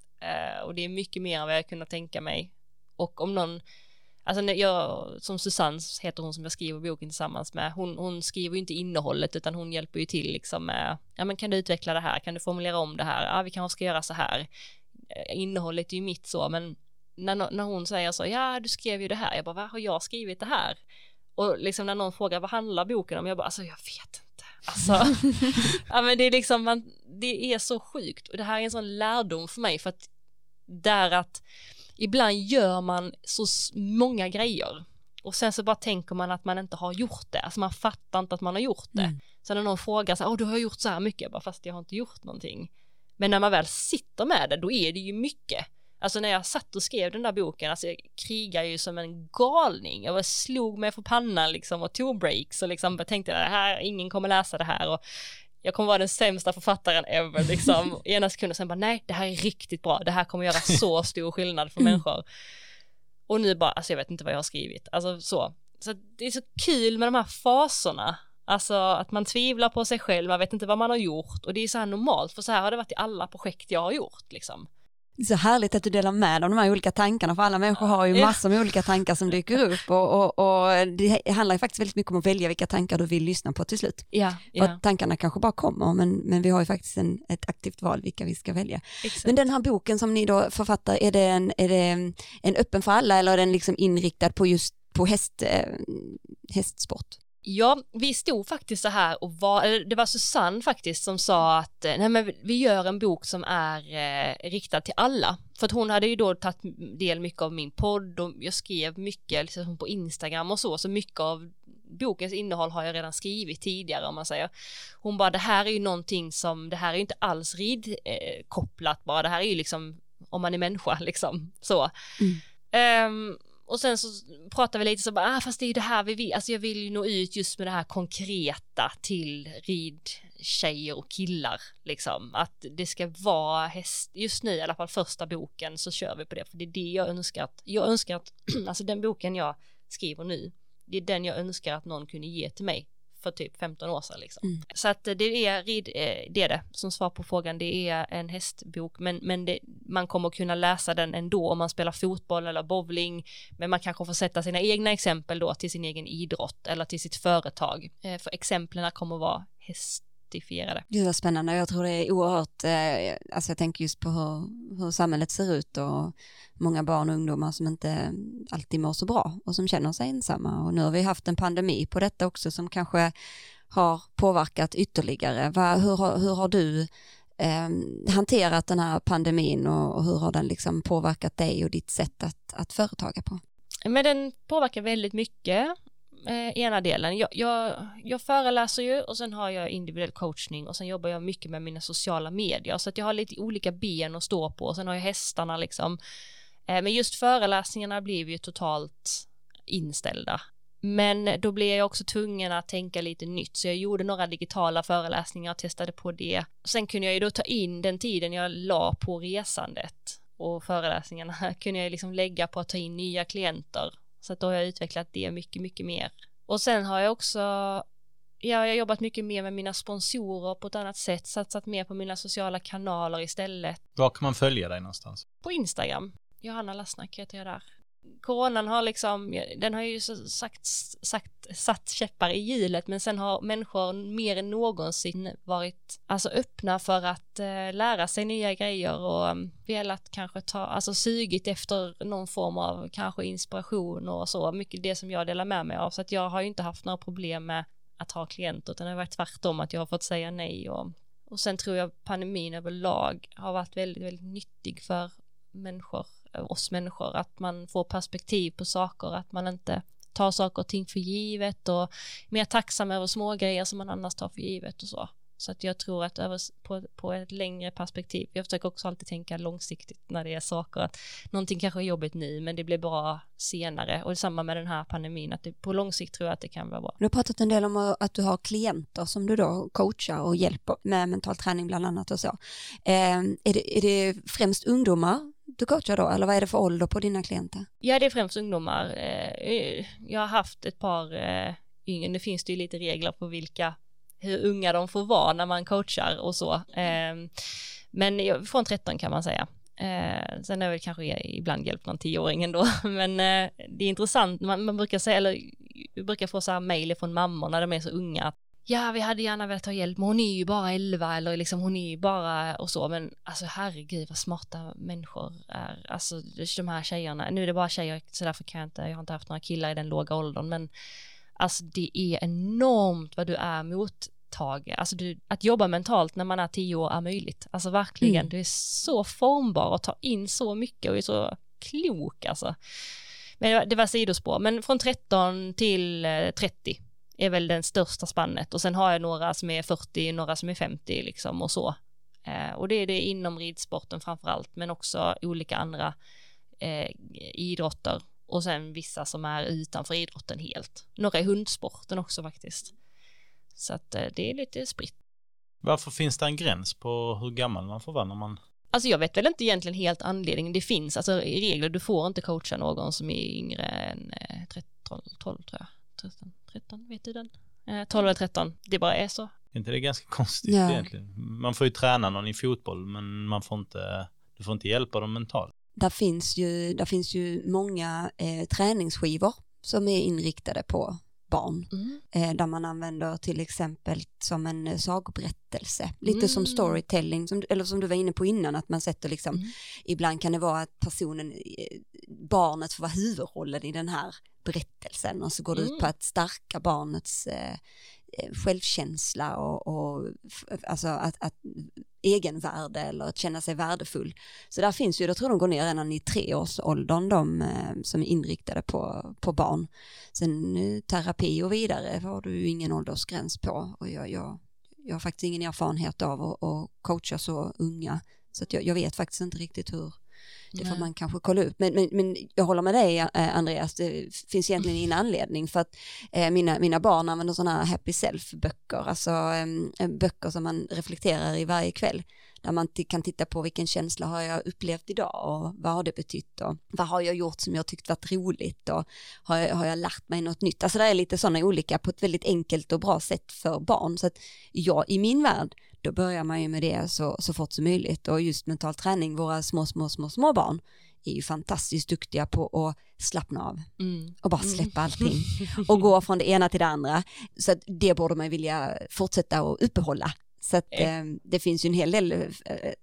Uh, och det är mycket mer än vad jag kunde tänka mig. Och om någon, alltså jag, som Susanne heter hon som jag skriver boken tillsammans med, hon, hon skriver ju inte innehållet utan hon hjälper ju till liksom med, ja men kan du utveckla det här, kan du formulera om det här, ja vi kanske ska göra så här. Uh, innehållet är ju mitt så, men när, när hon säger så, ja du skrev ju det här, jag bara, vad har jag skrivit det här? Och liksom när någon frågar, vad handlar boken om? Jag bara, alltså jag vet inte. Alltså, ja men det är liksom, man, det är så sjukt och det här är en sån lärdom för mig för att där att ibland gör man så många grejer och sen så bara tänker man att man inte har gjort det, alltså man fattar inte att man har gjort det. Mm. Så när någon frågar så här, åh du har gjort så här mycket, jag bara, fast jag har inte gjort någonting. Men när man väl sitter med det, då är det ju mycket. Alltså när jag satt och skrev den där boken, alltså jag krigar ju som en galning. Jag var slog mig för pannan liksom och tog breaks och liksom tänkte det här, ingen kommer läsa det här och jag kommer vara den sämsta författaren ever liksom. Ena sekunden sen bara, nej det här är riktigt bra, det här kommer göra så stor skillnad för människor. Och nu bara, alltså jag vet inte vad jag har skrivit. Alltså så. Så det är så kul med de här faserna. Alltså att man tvivlar på sig själv, man vet inte vad man har gjort och det är så här normalt, för så här har det varit i alla projekt jag har gjort liksom. Det är så härligt att du delar med dig av de här olika tankarna, för alla människor har ju massor med olika tankar som dyker upp och, och, och det handlar ju faktiskt väldigt mycket om att välja vilka tankar du vill lyssna på till slut. Ja, ja. För att tankarna kanske bara kommer, men, men vi har ju faktiskt en, ett aktivt val vilka vi ska välja. Exakt. Men den här boken som ni då författar, är det en, är det en öppen för alla eller är den liksom inriktad på just på häst, hästsport? Ja, vi stod faktiskt så här och var, eller det var Susanne faktiskt som sa att nej men vi gör en bok som är eh, riktad till alla. För att hon hade ju då tagit del mycket av min podd och jag skrev mycket liksom på Instagram och så, så mycket av bokens innehåll har jag redan skrivit tidigare om man säger. Hon bara, det här är ju någonting som, det här är ju inte alls ridkopplat eh, bara, det här är ju liksom om man är människa liksom. Så. Mm. Um, och sen så pratar vi lite så bara, ah, fast det är ju det här vi vill, alltså jag vill ju nå ut just med det här konkreta till ridtjejer och killar liksom, att det ska vara häst, just nu i alla fall första boken så kör vi på det, för det är det jag önskar att, jag önskar att, alltså den boken jag skriver nu, det är den jag önskar att någon kunde ge till mig för typ femton år sedan liksom. Mm. Så att det är rid, det är det som svar på frågan, det är en hästbok, men, men det, man kommer kunna läsa den ändå om man spelar fotboll eller bowling, men man kanske får sätta sina egna exempel då till sin egen idrott eller till sitt företag, för exemplen kommer vara hästifierade. Det var spännande, jag tror det är oerhört, eh, alltså jag tänker just på hur, hur samhället ser ut och många barn och ungdomar som inte alltid mår så bra och som känner sig ensamma, och nu har vi haft en pandemi på detta också som kanske har påverkat ytterligare. Va, hur, har, hur har du eh, hanterat den här pandemin och, och hur har den liksom påverkat dig och ditt sätt att, att företaga på? Men den påverkar väldigt mycket. Eh, ena delen, jag, jag, jag föreläser ju och sen har jag individuell coachning och sen jobbar jag mycket med mina sociala medier, så att jag har lite olika ben att stå på och sen har jag hästarna liksom, eh, men just föreläsningarna blev ju totalt inställda, men då blev jag också tvungen att tänka lite nytt, så jag gjorde några digitala föreläsningar och testade på det. Sen kunde jag ju då ta in den tiden jag la på resandet och föreläsningarna kunde jag liksom lägga på att ta in nya klienter. Så att då har jag utvecklat det mycket, mycket mer. Och sen har jag också, ja, jag har jobbat mycket mer med mina sponsorer på ett annat sätt. Satsat mer på mina sociala kanaler istället. Var kan man följa dig någonstans? På Instagram. Johanna Lassnack heter jag där. Coronan har liksom, den har ju så sagt, sagt, satt käppar i hjulet, men sen har människor mer än någonsin varit alltså öppna för att eh, lära sig nya grejer och um, velat kanske ta, alltså sugit efter någon form av kanske inspiration och så, mycket det som jag delar med mig av, så att jag har ju inte haft några problem med att ha klienter, utan det har varit tvärtom att jag har fått säga nej och, och sen tror jag pandemin överlag har varit väldigt, väldigt nyttig för människor, oss människor, att man får perspektiv på saker, att man inte tar saker och ting för givet och mer tacksam över små grejer som man annars tar för givet och så. Så att jag tror att över, på, på ett längre perspektiv, jag försöker också alltid tänka långsiktigt när det är saker, att någonting kanske är jobbigt nu men det blir bra senare, och detsamma med den här pandemin, att det, på lång sikt tror jag att det kan vara bra. Du har pratat en del om att du har klienter som du då coachar och hjälper med mental träning bland annat och så. Eh, är, det, är det främst ungdomar du coachar då, eller vad är det för ålder på dina klienter? Ja, det är främst ungdomar. Jag har haft ett par yngre, nu finns det ju lite regler på vilka, hur unga de får vara när man coachar och så. Men från tretton kan man säga. Sen är det kanske ibland hjälpt någon tioåring ändå. Men det är intressant, man, man brukar säga, eller vi brukar få så här mejl från mammor när de är så unga. Ja, vi hade gärna velat ha hjälp, men hon är ju bara elva, eller liksom hon är ju bara och så, men alltså herregud vad smarta människor är, alltså de här tjejerna, nu är det bara tjejer så därför kan jag inte, jag har inte haft några killar i den låga åldern, men alltså det är enormt vad du är mottaglig, alltså du, att jobba mentalt när man är tio år är möjligt, alltså verkligen, mm. Du är så formbar och tar in så mycket och är så klok alltså, men det var sidospår, men från tretton till trettio är väl den största spannet, och sen har jag några som är fyrtio, några som är femtio liksom och så. Eh, och det är det inom ridsporten framförallt, men också olika andra eh, idrotter, och sen vissa som är utanför idrotten helt. Några i hundsporten också faktiskt. Så att eh, det är lite spritt. Varför finns det en gräns på hur gammal man får vara när man... Alltså jag vet väl inte egentligen helt anledningen. Det finns alltså i regler, du får inte coacha någon som är yngre än eh, tretton, tolv tror jag. tretton, tretton, vet du den? Eh, tolv eller tretton, det bara är så. Är inte det ganska konstigt ja. Egentligen? Man får ju träna någon i fotboll, men man får inte, du får inte hjälpa dem mentalt. Där finns ju, där finns ju många eh, träningsskivor som är inriktade på barn. Mm. Eh, där man använder till exempel som en eh, sagoberättelse. Lite mm. som storytelling, som, eller som du var inne på innan, att man sätter liksom, mm. ibland kan det vara att personen, eh, barnet får vara huvudrollen i den här berättelsen, och så går det mm. ut på att stärka barnets eh, självkänsla och, och alltså att, att egenvärde eller att känna sig värdefull. Så där finns ju, jag tror de går ner redan i treårsåldern, de eh, som är inriktade på, på barn. Sen eh, terapi och vidare har du ju ingen åldersgräns på, och jag, jag, jag har faktiskt ingen erfarenhet av att, att coacha så unga, så att jag, jag vet faktiskt inte riktigt hur, Det Nej. får man kanske kolla upp. Men, men, men jag håller med dig, Andreas. Det finns egentligen ingen anledning för att eh, mina, mina barn använder sådana här happy self-böcker. Alltså eh, böcker som man reflekterar i varje kväll. Där man t- kan titta på vilken känsla har jag upplevt idag och vad har det betytt och vad har jag gjort som jag tyckt varit roligt och har jag, har jag lärt mig något nytt. Alltså det är lite sådana olika på ett väldigt enkelt och bra sätt för barn. Så att jag i min värld, då börjar man ju med det så, så fort som möjligt. Och just mental träning, våra små, små, små, små barn är ju fantastiskt duktiga på att slappna av Mm. och bara släppa allting och gå från det ena till det andra. Så att det borde man vilja fortsätta att uppehålla. Så att, eh, det finns ju en hel del eh,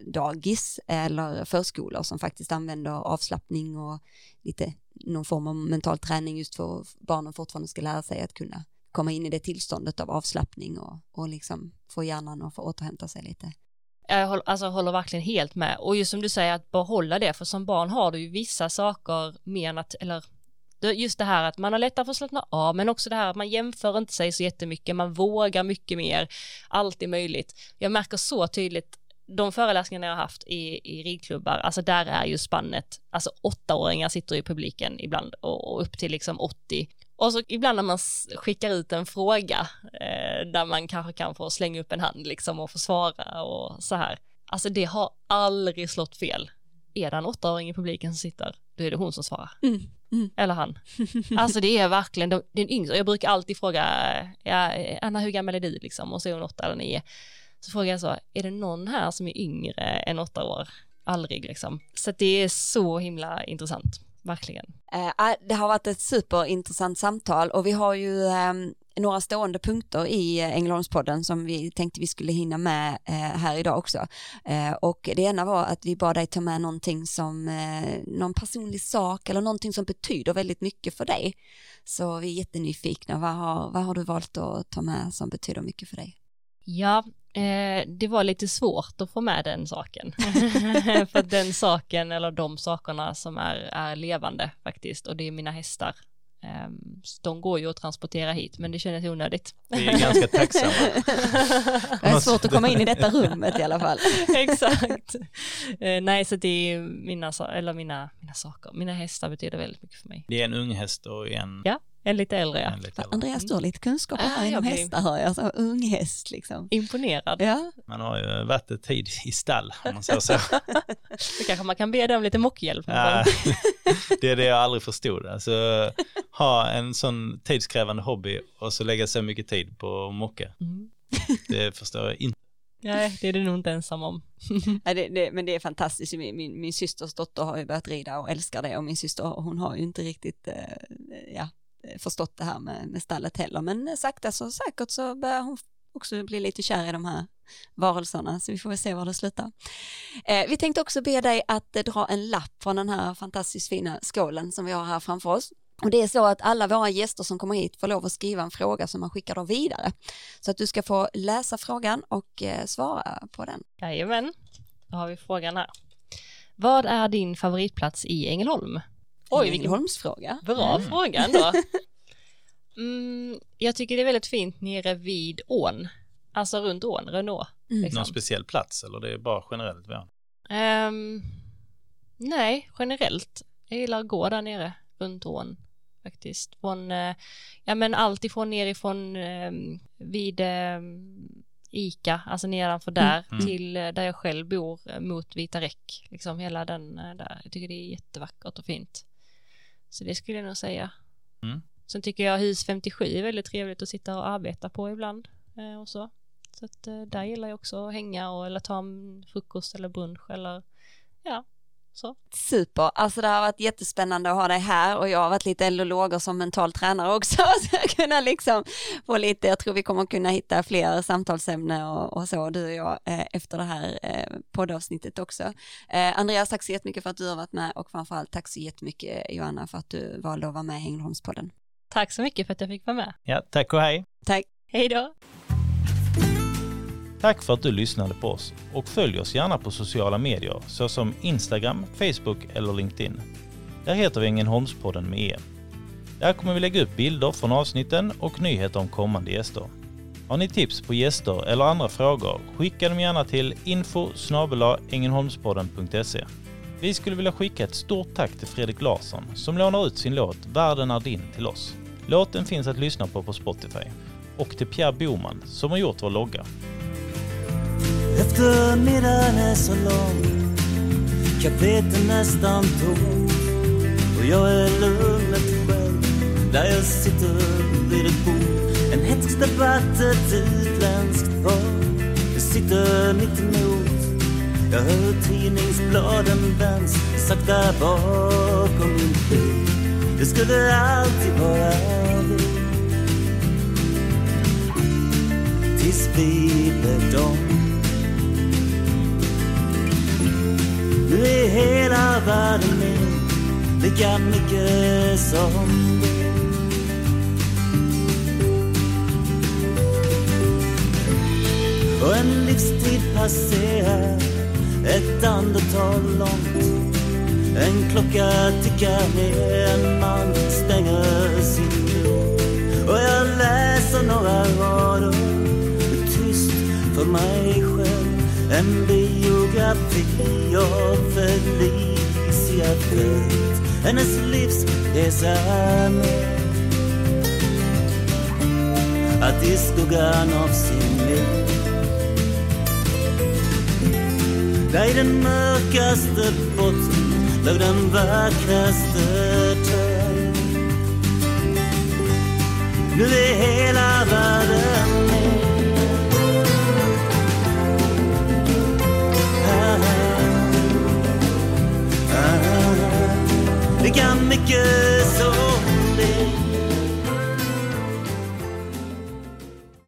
dagis eller förskolor som faktiskt använder avslappning och lite någon form av mental träning just för att barnen fortfarande ska lära sig att kunna komma in i det tillståndet av avslappning och, och liksom få hjärnan att få återhämta sig lite. Jag håller, alltså, håller verkligen helt med. Och just som du säger, att behålla det. För som barn har du ju vissa saker mer att, eller just det här att man har lättare för att slappna av, men också det här att man jämför inte sig så jättemycket, man vågar mycket mer, allt är möjligt. Jag märker så tydligt, de föreläsningar jag har haft i, i ridklubbar, alltså där är ju spannet, alltså åttaåringar sitter i publiken ibland och, och upp till liksom åttio. Och så ibland när man skickar ut en fråga eh, där man kanske kan få slänga upp en hand liksom och få svara och så här. Alltså det har aldrig slått fel. Är det en åttaåring i publiken som sitter, då är det hon som svarar. Mm. Mm. Eller han. Alltså det är verkligen de, den yngre. Jag brukar alltid fråga, ja, Anna, hur gammal är du liksom? Och så är hon åtta eller nio. Så frågar jag så, är det någon här som är yngre än åtta år? Aldrig liksom. Så det är så himla intressant. Verkligen. Eh, det har varit ett superintressant samtal och vi har ju eh, några stående punkter i Ängelholmspodden som vi tänkte vi skulle hinna med eh, här idag också. Eh, och det ena var att vi bad dig ta med någonting som eh, någon personlig sak eller någonting som betyder väldigt mycket för dig. Så vi är jättenyfikna. Vad har, vad har du valt att ta med som betyder mycket för dig? Ja, eh, det var lite svårt att få med den saken. För den saken eller de sakerna som är, är levande faktiskt, och det är mina hästar. Eh, de går ju att transportera hit, men det känns onödigt. Vi är ganska tacksamma. Det är svårt att komma in i detta rummet i alla fall. Exakt. Eh, nej, så det är mina, eller mina, mina saker. Mina hästar betyder väldigt mycket för mig. Det är en ung häst och en... Ja. En lite äldre, ja. En lite äldre. Andreas, du har lite kunskap här Ah, inom blir... hästar, hör jag. Så ung häst liksom. Imponerad. Ja. Man har ju varit ett tid i stall, om man säger så. Det kanske man kan be dem lite mockhjälp. Ja, det är det jag aldrig förstod. Alltså, ha en sån tidskrävande hobby och så lägga så mycket tid på mocka. Mm. Det förstår jag inte. Nej, det är du nog inte ensam om. Ja, det, det, men det är fantastiskt. Min, min, min systers dotter har ju börjat rida och älskar det. Och min syster, hon har ju inte riktigt eh, ja, förstått det här med, med stallet heller. Men sakta så säkert så börjar hon också bli lite kär i de här varelserna. Så vi får väl se var det slutar. Eh, vi tänkte också be dig att eh, dra en lapp från den här fantastiskt fina skålen som vi har här framför oss. Och det är så att alla våra gäster som kommer hit får lov att skriva en fråga som man skickar då vidare. Så att du ska få läsa frågan och eh, svara på den. Jajamän, då har vi frågan här. Vad är din favoritplats i Ängelholm? Oj, vilken Ängelholmsfråga. Bra mm. fråga ändå. Mm, jag tycker det är väldigt fint nere vid ån. Alltså runt ån, Renault. Mm. Liksom. Någon speciell plats eller det är bara generellt? Um, nej, generellt. Jag gillar att gå där nere runt ån faktiskt. Från, uh, ja men allt ifrån nerifrån um, vid um, Ica, alltså nedanför där mm. till uh, där jag själv bor uh, mot Vita Räck. Liksom hela den uh, där. Jag tycker det är jättevackert och fint. Så det skulle jag nog säga. Mm. Sen tycker jag hus femtiosju är väldigt trevligt att sitta och arbeta på ibland uh, och så. Så att uh, där gillar jag också att hänga och, eller ta en frukost eller brunch eller ja. Så. Super, alltså det har varit jättespännande att ha dig här och jag har varit lite eldologer som mental tränare också så jag kunna liksom få lite, jag tror vi kommer kunna hitta fler samtalsämnen och, och så, du och jag eh, efter det här eh, poddavsnittet också. Eh, Andreas, tack så jättemycket för att du har varit med och framförallt tack så jättemycket Johanna för att du valde att vara med i Ängelholmspodden. Tack så mycket för att jag fick vara med. Ja, tack och hej. Tack. Hej då. Tack för att du lyssnade på oss och följ oss gärna på sociala medier såsom Instagram, Facebook eller LinkedIn. Där heter vi Ängelholmspodden med E. Där kommer vi lägga upp bilder från avsnitten och nyheter om kommande gäster. Har ni tips på gäster eller andra frågor, skicka dem gärna till info snabel-a ängelholmspodden punkt se. Vi skulle vilja skicka ett stort tack till Fredrik Larsson som lånar ut sin låt Världen är din till oss. Låten finns att lyssna på på Spotify. Och till Pierre Boman som har gjort vår logga. Eftermiddagen är så lång, kaféet är nästan tom, och jag är lugnet själv där jag sitter vid ett bord. En hätsk debatt, ett utländskt par, jag sitter mitt emot. Jag hör tidningsbladen vänds sakta bakom min bil. Det skulle alltid vara det tills vi blev dem. Nu är hela världen min, lika mycket som det. Och en livstid passerar, ett andetag långt. En klocka tickar ner, en man stänger sin dörr. Och jag läser några rader, tyst för mig själv. En biografi av Felicia Fält, hennes livsresa med. Att i skuggan av sin liv, där i den mörkaste botten låg den vackraste träd. Nu är hela världen med. Ah, ah, ah, lika mycket som det.